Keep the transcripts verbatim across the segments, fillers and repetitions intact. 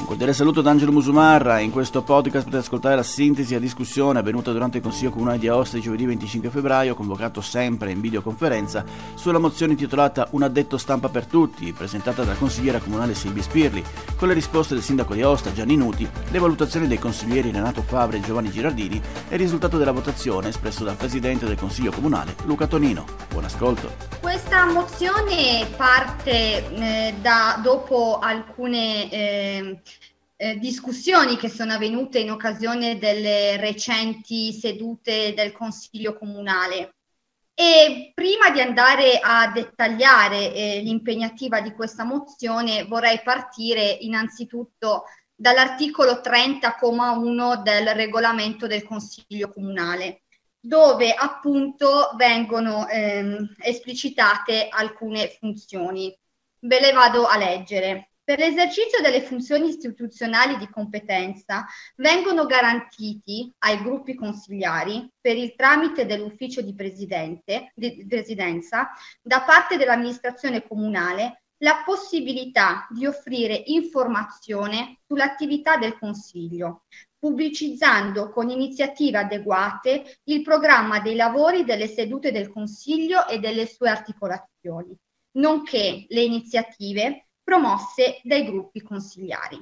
Un cordiale saluto da Angelo Musumarra. In questo podcast potete ascoltare la sintesi e la discussione avvenuta durante il Consiglio Comunale di Aosta di giovedì venticinque febbraio, convocato sempre in videoconferenza, sulla mozione intitolata Un addetto stampa per tutti, presentata dalla consigliera comunale Silvia Spirli, con le risposte del sindaco di Aosta Gianni Nuti, le valutazioni dei consiglieri Renato Fabre e Giovanni Girardini e il risultato della votazione espresso dal presidente del Consiglio Comunale Luca Tonino. Buon ascolto. Questa mozione parte eh, da dopo alcune eh, eh, discussioni che sono avvenute in occasione delle recenti sedute del Consiglio Comunale. E prima di andare a dettagliare eh, l'impegnativa di questa mozione, vorrei partire innanzitutto dall'articolo trenta comma uno del regolamento del Consiglio Comunale, dove appunto vengono ehm, esplicitate alcune funzioni. Ve le vado a leggere. Per l'esercizio delle funzioni istituzionali di competenza vengono garantiti ai gruppi consigliari, per il tramite dell'ufficio di, presidente, di presidenza, da parte dell'amministrazione comunale, la possibilità di offrire informazione sull'attività del Consiglio, pubblicizzando con iniziative adeguate il programma dei lavori delle sedute del Consiglio e delle sue articolazioni, nonché le iniziative promosse dai gruppi consigliari.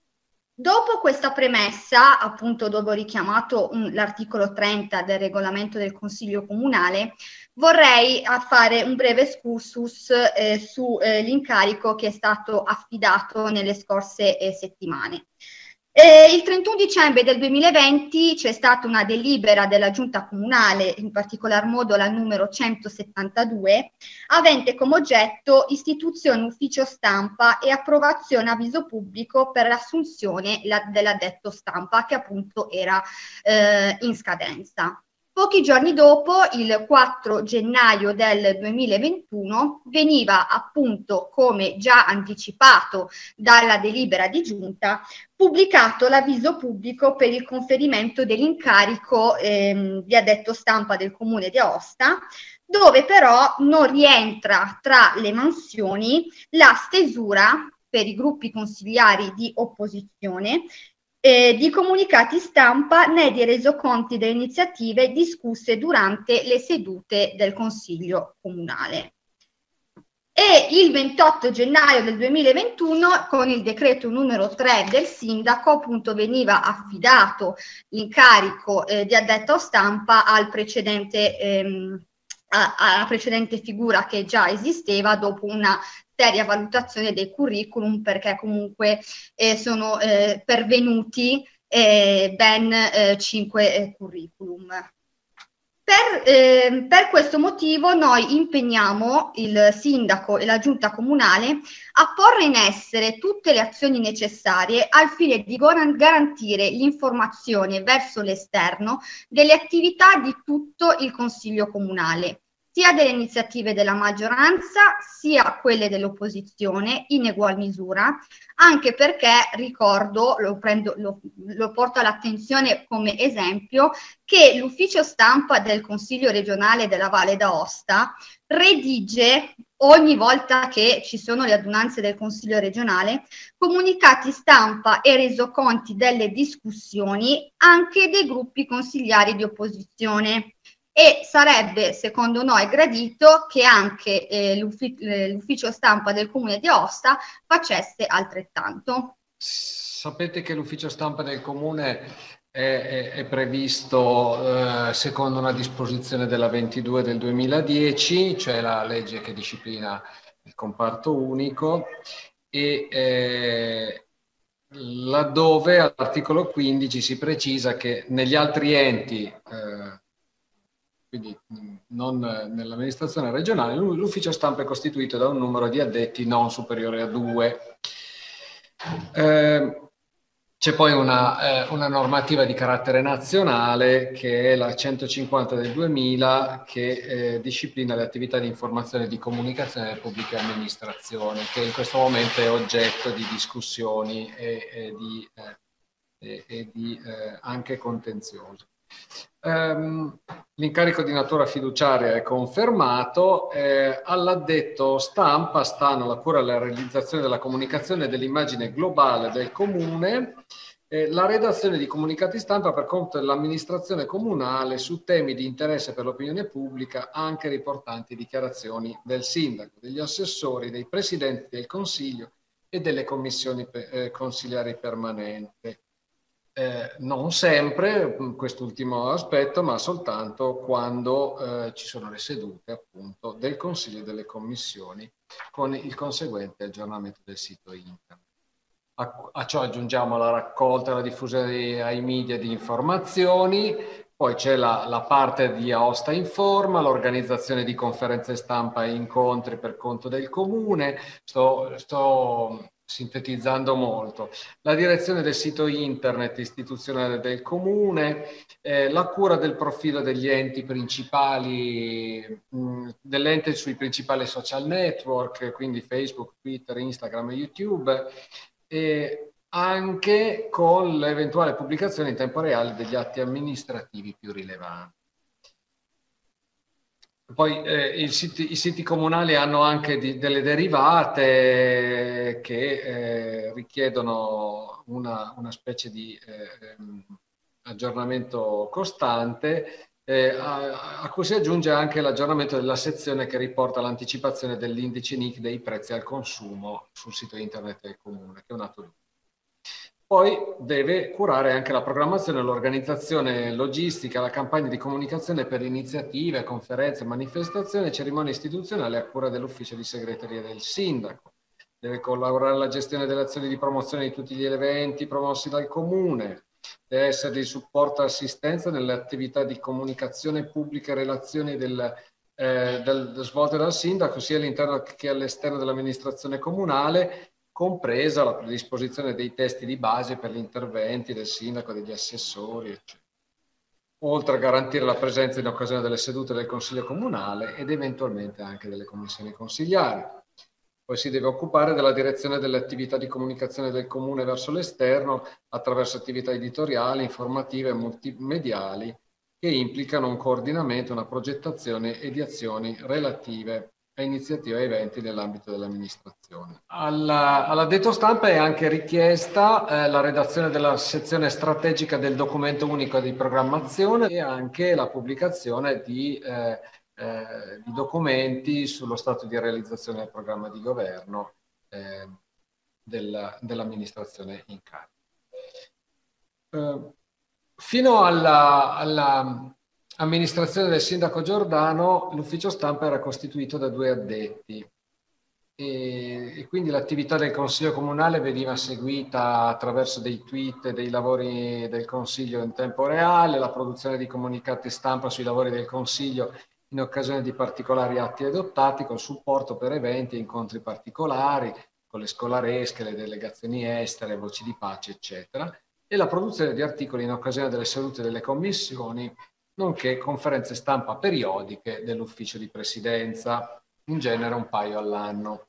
Dopo questa premessa, appunto dove ho richiamato um, l'articolo trenta del regolamento del Consiglio Comunale, vorrei fare un breve excursus eh, sull'incarico eh, che è stato affidato nelle scorse eh, settimane. Eh, il trentuno dicembre del duemilaventi c'è stata una delibera della Giunta Comunale, in particolar modo la numero centosettantadue, avente come oggetto istituzione ufficio stampa e approvazione a viso pubblico per l'assunzione la, dell'addetto stampa, che appunto era eh, in scadenza. Pochi giorni dopo, il quattro gennaio del duemilaventuno, veniva appunto, come già anticipato dalla delibera di giunta, pubblicato l'avviso pubblico per il conferimento dell'incarico ehm, di addetto stampa del Comune di Aosta, dove però non rientra tra le mansioni la stesura per i gruppi consigliari di opposizione Eh, di comunicati stampa né di resoconti delle iniziative discusse durante le sedute del Consiglio Comunale. E il ventotto gennaio del duemilaventuno, con il decreto numero tre del sindaco, appunto veniva affidato l'incarico eh, di addetto stampa al precedente ehm, alla precedente figura che già esisteva, dopo una seria valutazione dei curriculum, perché comunque eh, sono eh, pervenuti eh, ben eh, cinque eh, curriculum. Per, eh, per questo motivo noi impegniamo il sindaco e la giunta comunale a porre in essere tutte le azioni necessarie al fine di garantire l'informazione verso l'esterno delle attività di tutto il Consiglio Comunale, sia delle iniziative della maggioranza sia quelle dell'opposizione in egual misura, anche perché ricordo, lo, prendo, lo, lo porto all'attenzione come esempio, che l'ufficio stampa del Consiglio regionale della Valle d'Aosta redige ogni volta che ci sono le adunanze del Consiglio regionale comunicati stampa e resoconti delle discussioni anche dei gruppi consigliari di opposizione. E sarebbe, secondo noi, gradito che anche eh, l'ufficio, eh, l'ufficio stampa del Comune di Aosta facesse altrettanto. Sapete che l'ufficio stampa del Comune è, è, è previsto eh, secondo una disposizione della ventidue del duemiladieci, cioè la legge che disciplina il comparto unico, e eh, laddove all'articolo quindici si precisa che negli altri enti eh, quindi non nell'amministrazione regionale, l'ufficio stampa è costituito da un numero di addetti non superiore a due. Eh, c'è poi una, eh, una normativa di carattere nazionale che è la centocinquanta del duemila, che eh, disciplina le attività di informazione e di comunicazione delle pubbliche amministrazioni, che in questo momento è oggetto di discussioni e, e di, eh, e, e di eh, anche contenzioso. Um, l'incarico di natura fiduciaria è confermato. Eh, all'addetto stampa stanno la cura e la realizzazione della comunicazione dell'immagine globale del comune, eh, la redazione di comunicati stampa per conto dell'amministrazione comunale su temi di interesse per l'opinione pubblica, anche riportanti dichiarazioni del sindaco, degli assessori, dei presidenti del consiglio e delle commissioni eh, consigliari permanenti. Eh, non sempre quest'ultimo aspetto, ma soltanto quando eh, ci sono le sedute appunto del Consiglio e delle commissioni, con il conseguente aggiornamento del sito internet. A, a ciò aggiungiamo la raccolta e la diffusione ai media di informazioni, poi c'è la, la parte di Aosta Informa, l'organizzazione di conferenze stampa e incontri per conto del comune. Sto, sto sintetizzando molto, la direzione del sito internet istituzionale del comune, eh, la cura del profilo degli enti principali, mh, dell'ente sui principali social network, quindi Facebook, Twitter, Instagram e YouTube, e anche con l'eventuale pubblicazione in tempo reale degli atti amministrativi più rilevanti. Poi eh, i, siti, i siti comunali hanno anche di, delle derivate che eh, richiedono una, una specie di eh, aggiornamento costante, eh, a, a cui si aggiunge anche l'aggiornamento della sezione che riporta l'anticipazione dell'indice N I C dei prezzi al consumo sul sito internet del comune, che è un atto di. Poi deve curare anche la programmazione, l'organizzazione logistica, la campagna di comunicazione per iniziative, conferenze, manifestazioni e cerimonie istituzionali a cura dell'ufficio di segreteria del sindaco. Deve collaborare alla gestione delle azioni di promozione di tutti gli eventi promossi dal comune. Deve essere di supporto e assistenza nelle attività di comunicazione pubblica e relazioni del, eh, del, svolte dal sindaco, sia all'interno che all'esterno dell'amministrazione comunale, compresa la predisposizione dei testi di base per gli interventi del sindaco, degli assessori, eccetera. Oltre a garantire la presenza in occasione delle sedute del Consiglio Comunale ed eventualmente anche delle commissioni consigliari. Poi si deve occupare della direzione delle attività di comunicazione del Comune verso l'esterno attraverso attività editoriali, informative e multimediali che implicano un coordinamento, una progettazione e di azioni relative a iniziative e eventi nell'ambito dell'amministrazione. Alla, all'addetto stampa è anche richiesta eh, la redazione della sezione strategica del documento unico di programmazione e anche la pubblicazione di, eh, eh, di documenti sullo stato di realizzazione del programma di governo eh, del, dell'amministrazione in carica. Eh, fino alla, alla amministrazione del sindaco Giordano, l'ufficio stampa era costituito da due addetti e, e quindi l'attività del Consiglio Comunale veniva seguita attraverso dei tweet e dei lavori del Consiglio in tempo reale, la produzione di comunicati stampa sui lavori del Consiglio in occasione di particolari atti adottati, con supporto per eventi e incontri particolari, con le scolaresche, le delegazioni estere, voci di pace, eccetera, e la produzione di articoli in occasione delle sedute delle commissioni, nonché conferenze stampa periodiche dell'ufficio di presidenza, in genere un paio all'anno,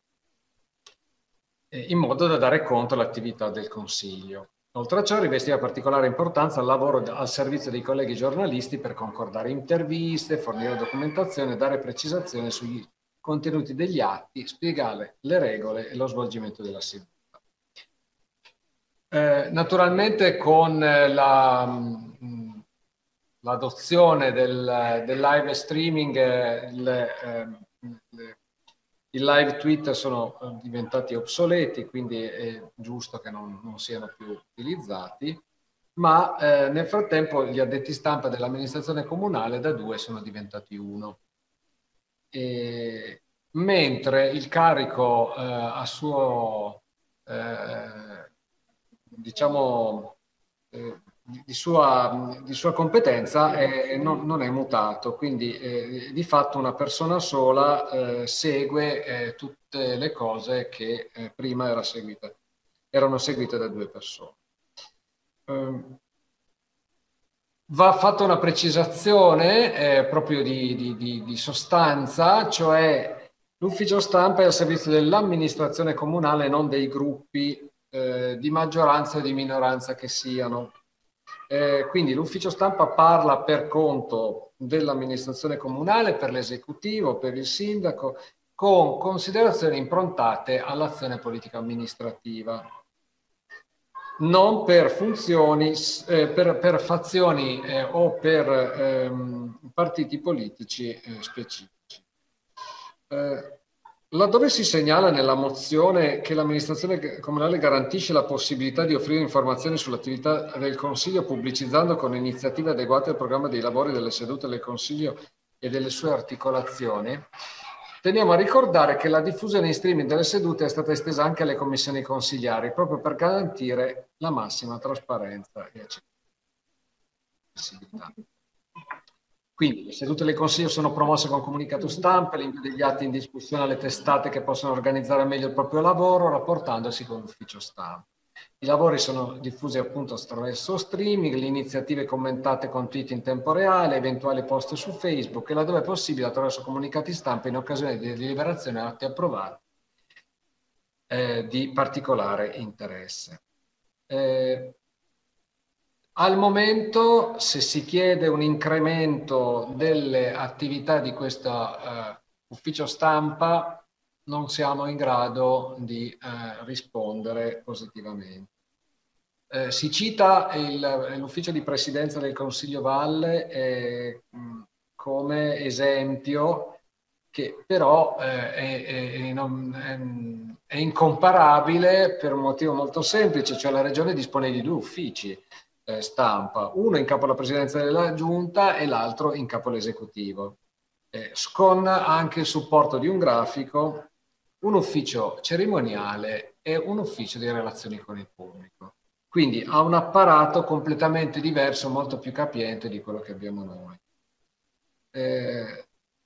in modo da dare conto all'attività del Consiglio. Oltre a ciò rivestiva particolare importanza il lavoro al servizio dei colleghi giornalisti per concordare interviste, fornire documentazione e dare precisazione sugli contenuti degli atti, spiegare le regole e lo svolgimento della seduta. Eh, naturalmente con la... l'adozione del, del live streaming, eh, le, eh, le, i live tweet sono diventati obsoleti, quindi è giusto che non, non siano più utilizzati, ma eh, nel frattempo gli addetti stampa dell'amministrazione comunale da due sono diventati uno. E, mentre il carico eh, a suo, eh, diciamo, eh, Di sua, di sua competenza è, non, non è mutato, quindi eh, di fatto una persona sola eh, segue eh, tutte le cose che eh, prima era seguita, erano seguite da due persone. Um, va fatta una precisazione eh, proprio di, di, di, di sostanza, cioè l'ufficio stampa è al servizio dell'amministrazione comunale, non dei gruppi eh, di maggioranza o di minoranza che siano. Eh, quindi l'ufficio stampa parla per conto dell'amministrazione comunale, per l'esecutivo, per il sindaco, con considerazioni improntate all'azione politica amministrativa, non per funzioni, eh, per, per fazioni eh, o per ehm, partiti politici eh, specifici. Eh, Laddove si segnala nella mozione che l'amministrazione comunale garantisce la possibilità di offrire informazioni sull'attività del Consiglio pubblicizzando con iniziative adeguate il programma dei lavori delle sedute del Consiglio e delle sue articolazioni, teniamo a ricordare che la diffusione in streaming delle sedute è stata estesa anche alle commissioni consigliari, proprio per garantire la massima trasparenza e accessibilità. Quindi le sedute del Consiglio sono promosse con comunicato stampa, l'invio degli atti in discussione alle testate che possono organizzare meglio il proprio lavoro, rapportandosi con l'ufficio stampa. I lavori sono diffusi appunto attraverso streaming, le iniziative commentate con tweet in tempo reale, eventuali post su Facebook e laddove è possibile attraverso comunicati stampa in occasione di deliberazioni atti approvati eh, di particolare interesse. Eh, Al momento, se si chiede un incremento delle attività di questo uh, ufficio stampa, non siamo in grado di uh, rispondere positivamente. Eh, si cita il, l'ufficio di presidenza del Consiglio Valle eh, come esempio, che però eh, è, è, non, è, è incomparabile per un motivo molto semplice, cioè la Regione dispone di due uffici stampa, uno in capo alla presidenza della giunta e l'altro in capo all'esecutivo, eh, con anche il supporto di un grafico, un ufficio cerimoniale e un ufficio di relazioni con il pubblico. Quindi ha un apparato completamente diverso, molto più capiente di quello che abbiamo noi. Eh,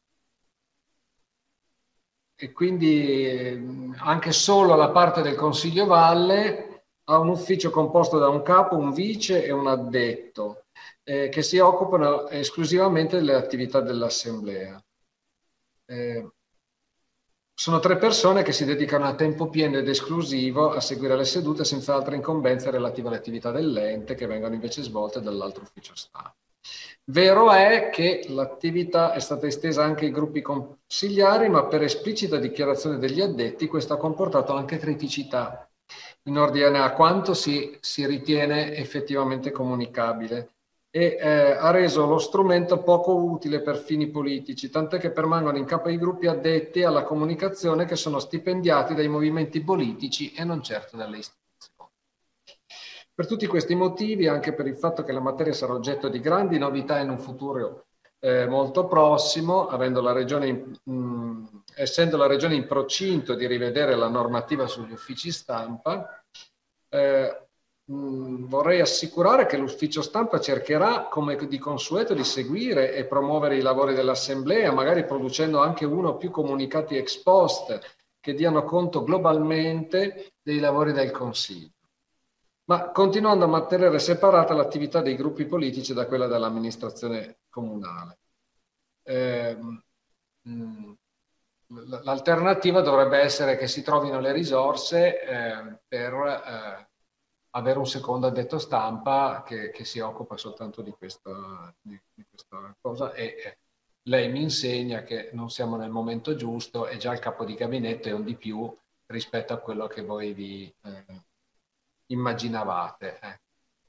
e quindi anche solo la parte del Consiglio Valle ha un ufficio composto da un capo, un vice e un addetto eh, che si occupano esclusivamente delle attività dell'assemblea. Eh, sono tre persone che si dedicano a tempo pieno ed esclusivo a seguire le sedute senza altre incombenze relative alle attività dell'ente che vengono invece svolte dall'altro ufficio stampa. Vero è che l'attività è stata estesa anche ai gruppi consigliari, ma per esplicita dichiarazione degli addetti questo ha comportato anche criticità in ordine a quanto si, si ritiene effettivamente comunicabile e eh, ha reso lo strumento poco utile per fini politici, tant'è che permangono in capo ai gruppi addetti alla comunicazione che sono stipendiati dai movimenti politici e non certo dalle istituzioni. Per tutti questi motivi, anche per il fatto che la materia sarà oggetto di grandi novità in un futuro eh, molto prossimo, avendo la Regione mh, essendo la Regione in procinto di rivedere la normativa sugli uffici stampa, eh, mh, vorrei assicurare che l'ufficio stampa cercherà, come di consueto, di seguire e promuovere i lavori dell'Assemblea, magari producendo anche uno o più comunicati ex post che diano conto globalmente dei lavori del Consiglio, ma continuando a mantenere separata l'attività dei gruppi politici da quella dell'amministrazione comunale. Eh, mh, L'alternativa dovrebbe essere che si trovino le risorse eh, per eh, avere un secondo addetto stampa che, che si occupa soltanto di questa, di, di questa cosa e eh, lei mi insegna che non siamo nel momento giusto e già il capo di gabinetto è un di più rispetto a quello che voi vi eh, immaginavate. Eh.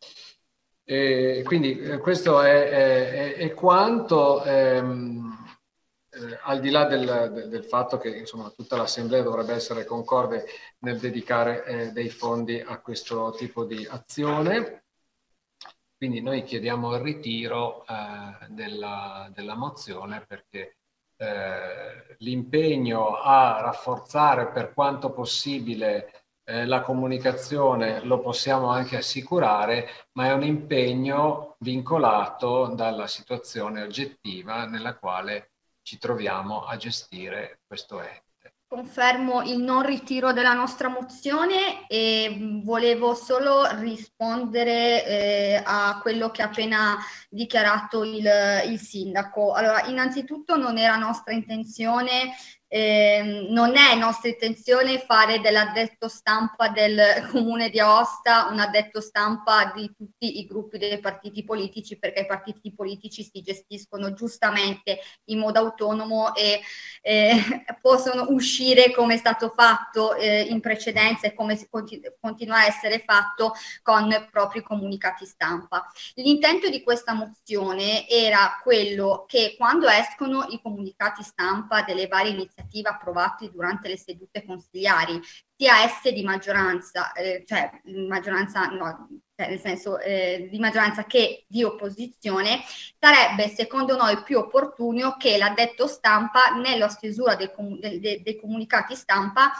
E quindi eh, questo è, è, è quanto... Ehm, Eh, al di là del, del, del fatto che insomma, tutta l'Assemblea dovrebbe essere concorde nel dedicare eh, dei fondi a questo tipo di azione, quindi noi chiediamo il ritiro eh, della, della mozione perché eh, l'impegno a rafforzare per quanto possibile eh, la comunicazione lo possiamo anche assicurare, ma è un impegno vincolato dalla situazione oggettiva nella quale ci troviamo a gestire questo ente. Confermo il non ritiro della nostra mozione e volevo solo rispondere eh, a quello che ha appena dichiarato il, il sindaco. Allora, innanzitutto non era nostra intenzione eh, non è nostra intenzione fare dell'addetto stampa del Comune di Aosta un addetto stampa di tutti i gruppi dei partiti politici, perché i partiti politici si gestiscono giustamente in modo autonomo e eh, possono uscire, come è stato fatto eh, in precedenza e come si continu- continua a essere fatto con propri comunicati stampa. L'intento di questa mozione era quello che quando escono i comunicati stampa delle varie iniziative approvate durante le sedute consigliari, sia esse di maggioranza, eh, cioè maggioranza no, cioè nel senso eh, di maggioranza che di opposizione, sarebbe secondo noi più opportuno che l'addetto stampa nella stesura dei, com- dei, dei, dei comunicati stampa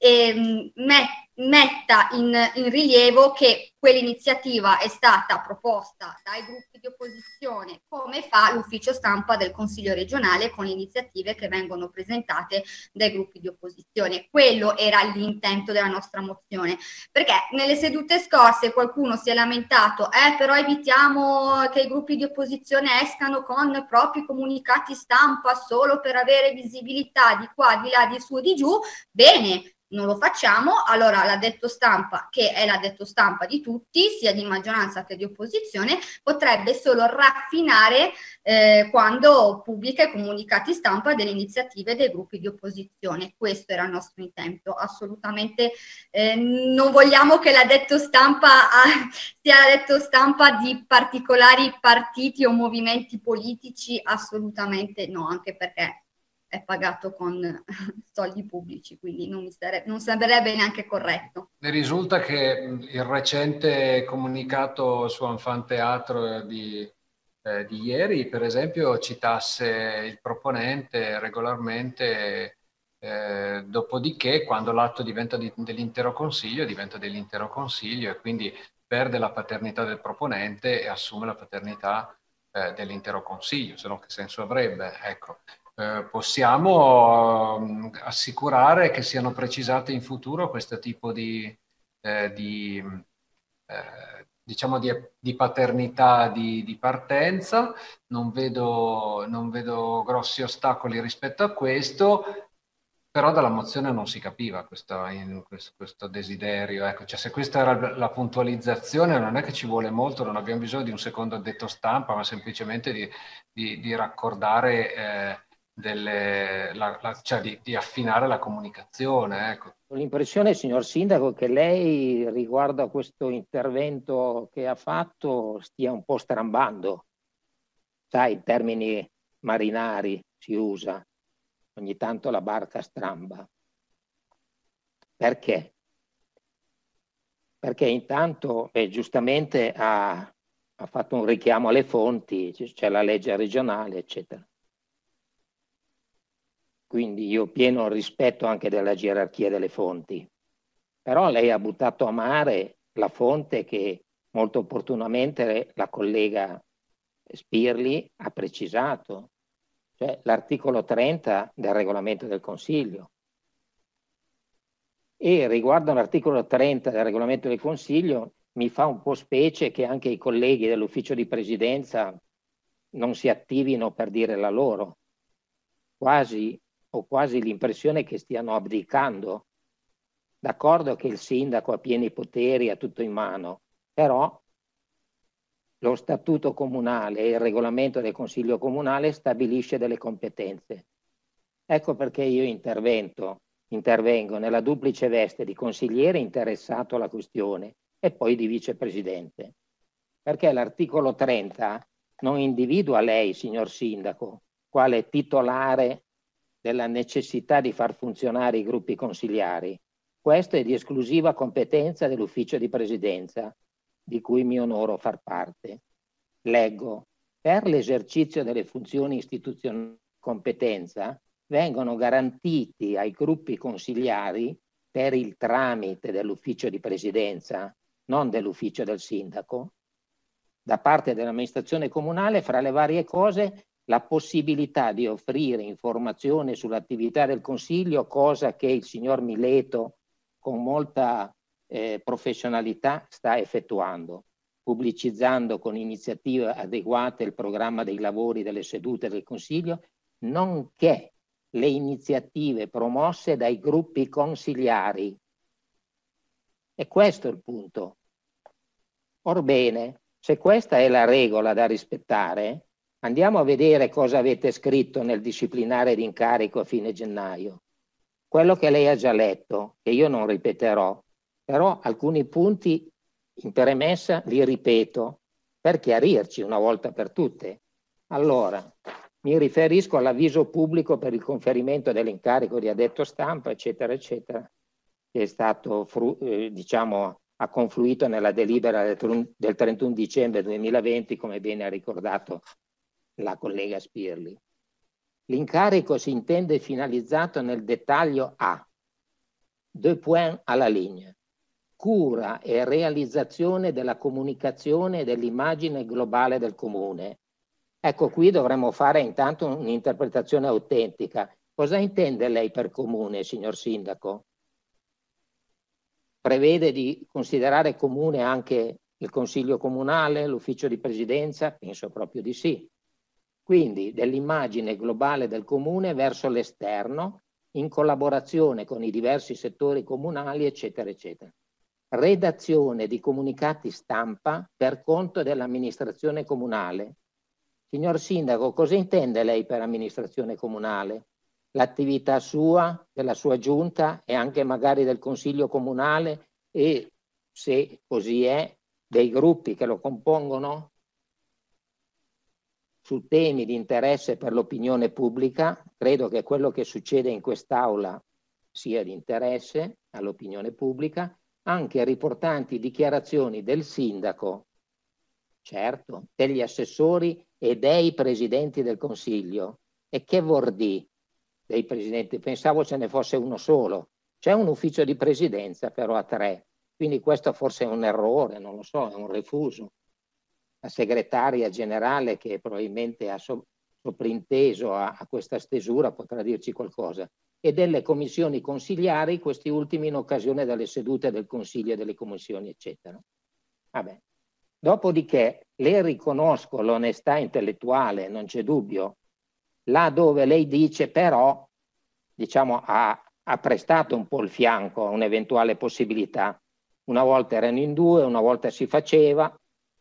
eh, met- metta in, in rilievo che quell'iniziativa è stata proposta dai gruppi di opposizione, come fa l'ufficio stampa del Consiglio regionale con le iniziative che vengono presentate dai gruppi di opposizione. Quello era l'intento della nostra mozione, perché nelle sedute scorse qualcuno si è lamentato, eh però evitiamo che i gruppi di opposizione escano con propri comunicati stampa solo per avere visibilità di qua, di là, di su e di giù. Bene, non lo facciamo, allora l'addetto stampa, che è l'addetto stampa di tutti, sia di maggioranza che di opposizione, potrebbe solo raffinare eh, quando pubblica i comunicati stampa delle iniziative dei gruppi di opposizione. Questo era il nostro intento, assolutamente eh, non vogliamo che l'addetto stampa ah, sia l'addetto stampa di particolari partiti o movimenti politici, assolutamente no, anche perché è pagato con soldi pubblici, quindi non, mi sare- non sembrerebbe neanche corretto. Ne risulta che il recente comunicato su Anfanteatro di, eh, di ieri, per esempio, citasse il proponente regolarmente, eh, dopodiché quando l'atto diventa di, dell'intero Consiglio, diventa dell'intero Consiglio e quindi perde la paternità del proponente e assume la paternità eh, dell'intero Consiglio, se no che senso avrebbe? Ecco. Eh, possiamo eh, assicurare che siano precisate in futuro questo tipo di, eh, di, eh, diciamo di, di paternità di, di partenza. Non vedo, non vedo grossi ostacoli rispetto a questo, però dalla mozione non si capiva questo, in, questo, questo desiderio. Ecco, cioè, se questa era la puntualizzazione, non è che ci vuole molto, non abbiamo bisogno di un secondo addetto stampa, ma semplicemente di, di, di raccordare eh, Delle, la, la, cioè di, di affinare la comunicazione. Ecco. Ho l'impressione, signor Sindaco, che lei riguardo a questo intervento che ha fatto stia un po' strambando. Sai, in termini marinari si usa, ogni tanto la barca stramba. Perché? Perché intanto, eh, giustamente, ha, ha fatto un richiamo alle fonti, c'è la legge regionale, eccetera. Quindi io ho pieno rispetto anche della gerarchia delle fonti. Però lei ha buttato a mare la fonte che molto opportunamente la collega Spirli ha precisato, cioè l'articolo trenta del regolamento del Consiglio. E riguardo all'articolo trenta del regolamento del Consiglio mi fa un po' specie che anche i colleghi dell'ufficio di presidenza non si attivino per dire la loro. Quasi ho quasi l'impressione che stiano abdicando. D'accordo che il sindaco ha pieni poteri, ha tutto in mano, però lo statuto comunale e il regolamento del Consiglio comunale stabilisce delle competenze. Ecco perché io intervento, intervengo nella duplice veste di consigliere interessato alla questione e poi di vicepresidente. Perché l'articolo trenta non individua lei, signor sindaco, quale titolare della necessità di far funzionare i gruppi consigliari. Questo è di esclusiva competenza dell'ufficio di presidenza, di cui mi onoro far parte. Leggo, per l'esercizio delle funzioni istituzionali di competenza vengono garantiti ai gruppi consigliari per il tramite dell'ufficio di presidenza, non dell'ufficio del sindaco, da parte dell'amministrazione comunale, fra le varie cose, la possibilità di offrire informazioni sull'attività del Consiglio, cosa che il signor Mileto con molta eh, professionalità sta effettuando, pubblicizzando con iniziative adeguate il programma dei lavori delle sedute del Consiglio, nonché le iniziative promosse dai gruppi consigliari. E questo è il punto. Orbene, se questa è la regola da rispettare, andiamo a vedere cosa avete scritto nel disciplinare d'incarico a fine gennaio. Quello che lei ha già letto, che io non ripeterò, però alcuni punti in premessa li ripeto per chiarirci una volta per tutte. Allora, mi riferisco all'avviso pubblico per il conferimento dell'incarico di addetto stampa, eccetera, eccetera, che è stato, fru- eh, diciamo, ha confluito nella delibera del, del trentuno dicembre duemilaventi, come bene ha ricordato la collega Spirli. L'incarico si intende finalizzato nel dettaglio a deux points alla linea: cura e realizzazione della comunicazione e dell'immagine globale del comune. Ecco, qui dovremmo fare intanto un'interpretazione autentica. Cosa intende lei per comune, signor Sindaco? Prevede di considerare comune anche il Consiglio Comunale, l'Ufficio di Presidenza? Penso proprio di sì. Quindi dell'immagine globale del comune verso l'esterno, in collaborazione con i diversi settori comunali, eccetera, eccetera. Redazione di comunicati stampa per conto dell'amministrazione comunale. Signor Sindaco, cosa intende lei per amministrazione comunale? L'attività sua, della sua giunta e anche magari del Consiglio Comunale e, se così è, dei gruppi che lo compongono? Su temi di interesse per l'opinione pubblica, credo che quello che succede in quest'Aula sia di interesse all'opinione pubblica, anche riportanti dichiarazioni del sindaco, certo, degli assessori e dei presidenti del Consiglio. E che vuol dire dei presidenti? Pensavo ce ne fosse uno solo. C'è un ufficio di presidenza però a tre, quindi questo forse è un errore, non lo so, è un refuso. La segretaria generale, che probabilmente ha so- soprinteso a, a questa stesura, potrà dirci qualcosa, e delle commissioni consigliari, questi ultimi in occasione delle sedute del Consiglio e delle commissioni, eccetera. Vabbè. Dopodiché le riconosco l'onestà intellettuale, non c'è dubbio, là dove lei dice però, diciamo, ha, ha prestato un po' il fianco a un'eventuale possibilità. Una volta erano in due, una volta si faceva,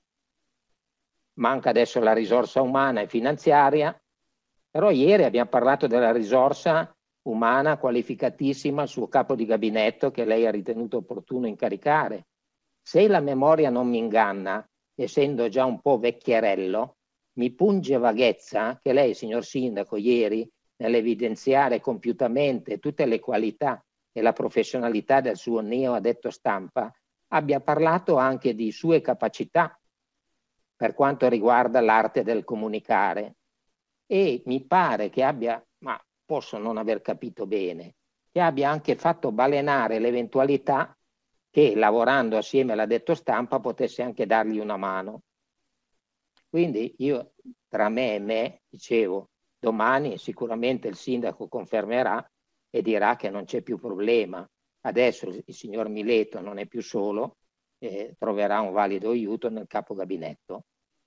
manca adesso la risorsa umana e finanziaria, però ieri abbiamo parlato della risorsa umana qualificatissima al suo capo di gabinetto che lei ha ritenuto opportuno incaricare. Se la memoria non mi inganna, essendo già un po' vecchierello, mi punge vaghezza che lei, signor Sindaco, ieri, nell'evidenziare compiutamente tutte le qualità e la professionalità del suo neo addetto stampa, abbia parlato anche di sue capacità per quanto riguarda l'arte del comunicare. E mi pare che abbia, ma posso non aver capito bene, che abbia anche fatto balenare l'eventualità che lavorando assieme all'addetto stampa potesse anche dargli una mano. Quindi io, tra me e me, dicevo, domani sicuramente il sindaco confermerà e dirà che non c'è più problema. Adesso il signor Mileto non è più solo, eh, troverà un valido aiuto nel capo gabinetto.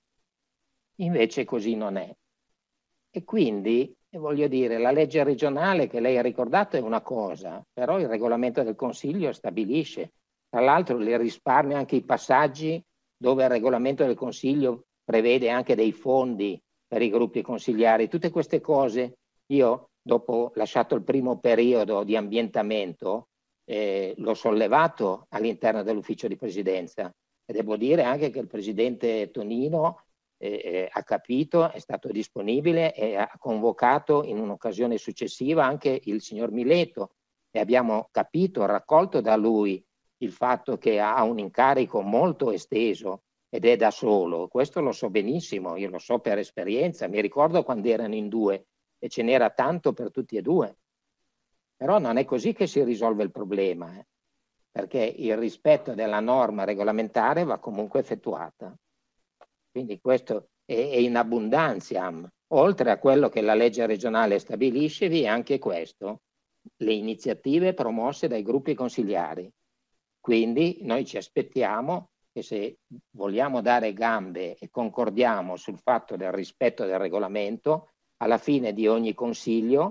Invece così non è. E quindi, voglio dire, la legge regionale che lei ha ricordato è una cosa, però il regolamento del Consiglio stabilisce. Tra l'altro le risparmia anche i passaggi dove il regolamento del Consiglio prevede anche dei fondi per i gruppi consigliari. Tutte queste cose io, dopo lasciato il primo periodo di ambientamento, eh, l'ho sollevato all'interno dell'ufficio di presidenza e devo dire anche che il presidente Tonino eh, ha capito, è stato disponibile e ha convocato in un'occasione successiva anche il signor Mileto e abbiamo capito, raccolto da lui il fatto che ha un incarico molto esteso ed è da solo. Questo lo so benissimo, io lo so per esperienza, mi ricordo quando erano in due e ce n'era tanto per tutti e due. Però non è così che si risolve il problema, eh? Perché il rispetto della norma regolamentare va comunque effettuata. Quindi questo è, è in abbondanza. Oltre a quello che la legge regionale stabilisce, vi è anche questo, le iniziative promosse dai gruppi consigliari. Quindi noi ci aspettiamo che se vogliamo dare gambe e concordiamo sul fatto del rispetto del regolamento, alla fine di ogni consiglio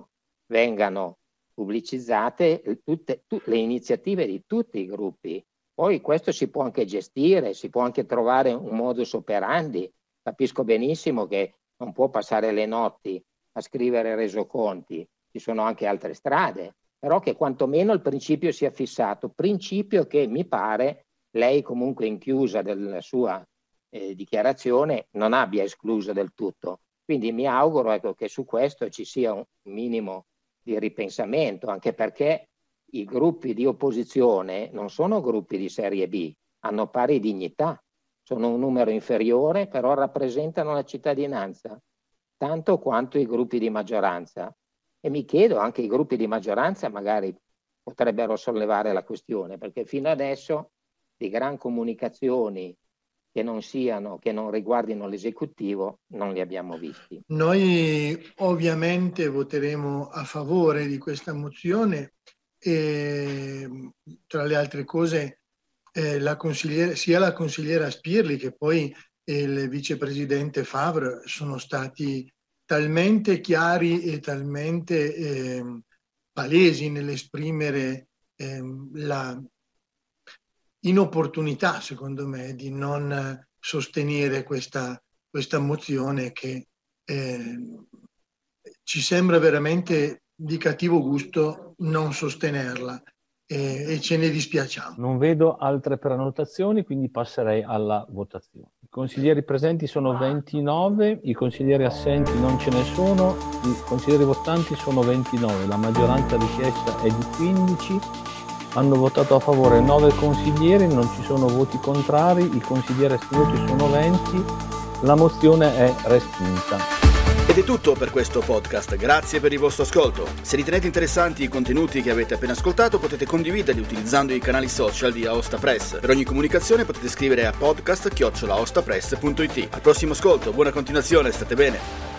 vengano pubblicizzate tutte, tutte le iniziative di tutti i gruppi. Poi questo si può anche gestire, si può anche trovare un modus operandi. Capisco benissimo che non può passare le notti a scrivere resoconti, ci sono anche altre strade, però che quantomeno il principio sia fissato, principio che mi pare lei comunque in chiusa della sua eh, dichiarazione non abbia escluso del tutto. Quindi mi auguro ecco, che su questo ci sia un minimo di ripensamento, anche perché i gruppi di opposizione non sono gruppi di serie B, hanno pari dignità, sono un numero inferiore, però rappresentano la cittadinanza, tanto quanto i gruppi di maggioranza. E mi chiedo, anche i gruppi di maggioranza magari potrebbero sollevare la questione, perché fino adesso di gran comunicazioni che non siano, che non riguardino l'esecutivo, non li abbiamo visti. Noi ovviamente voteremo a favore di questa mozione e tra le altre cose eh, la consigliera, sia la consigliera Spirli che poi il vicepresidente Favre sono stati talmente chiari e talmente eh, palesi nell'esprimere eh, la inopportunità, secondo me, di non sostenere questa, questa mozione che eh, ci sembra veramente di cattivo gusto non sostenerla e, e ce ne dispiacciamo. Non vedo altre prenotazioni, quindi passerei alla votazione. I consiglieri presenti sono ventinove, i consiglieri assenti non ce ne sono, i consiglieri votanti sono ventinove, la maggioranza richiesta è di quindici. Hanno votato a favore nove consiglieri, non ci sono voti contrari, i consiglieri astenuti sono venti, la mozione è respinta. Ed è tutto per questo podcast, grazie per il vostro ascolto. Se ritenete interessanti i contenuti che avete appena ascoltato potete condividerli utilizzando i canali social di Aosta Press. Per ogni comunicazione potete scrivere a podcast chiocciola aostapress punto it. Al prossimo ascolto, buona continuazione, state bene!